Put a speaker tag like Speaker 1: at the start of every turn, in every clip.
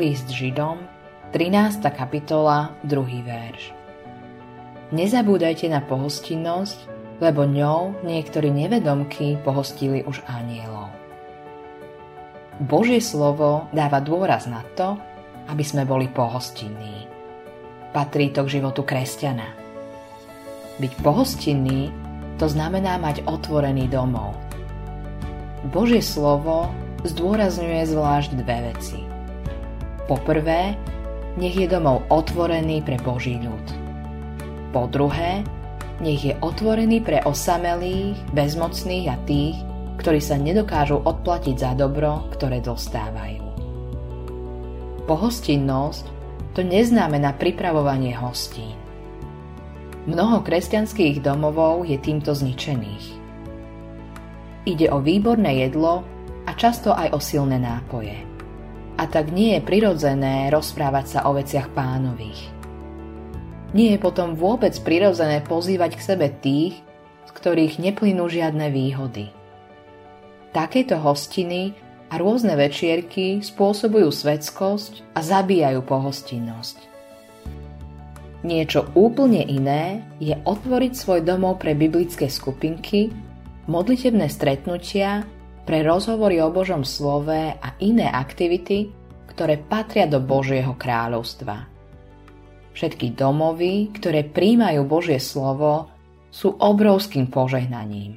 Speaker 1: List Židom, 13. kapitola, 2. verš. Nezabúdajte na pohostinnosť, lebo ňou niektorí nevedomky pohostili už anjelov. Božie slovo dáva dôraz na to, aby sme boli pohostinní. Patrí to k životu kresťana. Byť pohostinný, to znamená mať otvorený domov. Božie slovo zdôrazňuje zvlášť dve veci. Poprvé, nech je domov otvorený pre Boží ľud. Po druhé, nech je otvorený pre osamelých, bezmocných a tých, ktorí sa nedokážu odplatiť za dobro, ktoré dostávajú. Pohostinnosť to neznamená pripravovanie hostín. Mnoho kresťanských domovov je týmto zničených. Ide o výborné jedlo a často aj o silné nápoje. A tak nie je prirodzené rozprávať sa o veciach Pánových. Nie je potom vôbec prirodzené pozývať k sebe tých, z ktorých neplynú žiadne výhody. Takéto hostiny a rôzne večierky spôsobujú svetskosť a zabíjajú pohostinnosť. Niečo úplne iné je otvoriť svoj domov pre biblické skupinky, modlitebné stretnutia, pre rozhovory o Božom slove a iné aktivity, ktoré patria do Božieho kráľovstva. Všetky domovy, ktoré prijímajú Božie slovo, sú obrovským požehnaním.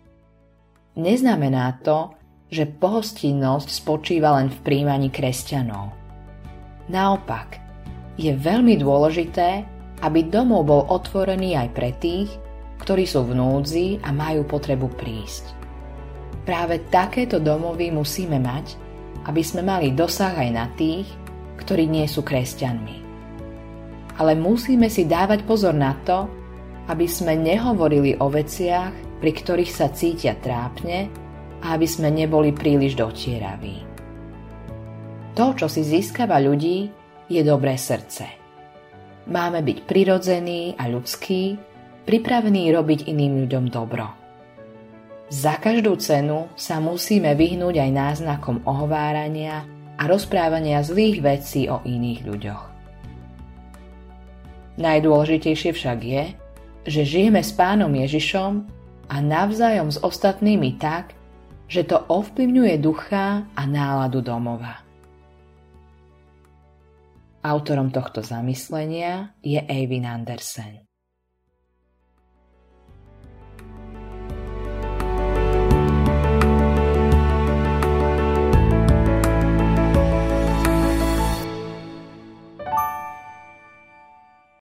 Speaker 1: Neznamená to, že pohostinnosť spočíva len v prijímaní kresťanov. Naopak, je veľmi dôležité, aby domov bol otvorený aj pre tých, ktorí sú v núdzi a majú potrebu prísť. Práve takéto domovy musíme mať, aby sme mali dosah aj na tých, ktorí nie sú kresťanmi. Ale musíme si dávať pozor na to, aby sme nehovorili o veciach, pri ktorých sa cítia trápne a aby sme neboli príliš dotieraví. To, čo si získava ľudí, je dobré srdce. Máme byť prirodzení a ľudskí, pripravení robiť iným ľuďom dobro. Za každú cenu sa musíme vyhnúť aj náznakom ohovárania a rozprávania zlých vecí o iných ľuďoch. Najdôležitejšie však je, že žijeme s Pánom Ježišom a navzájom s ostatnými tak, že to ovplyvňuje ducha a náladu domova. Autorom tohto zamyslenia je Eivind Andersen.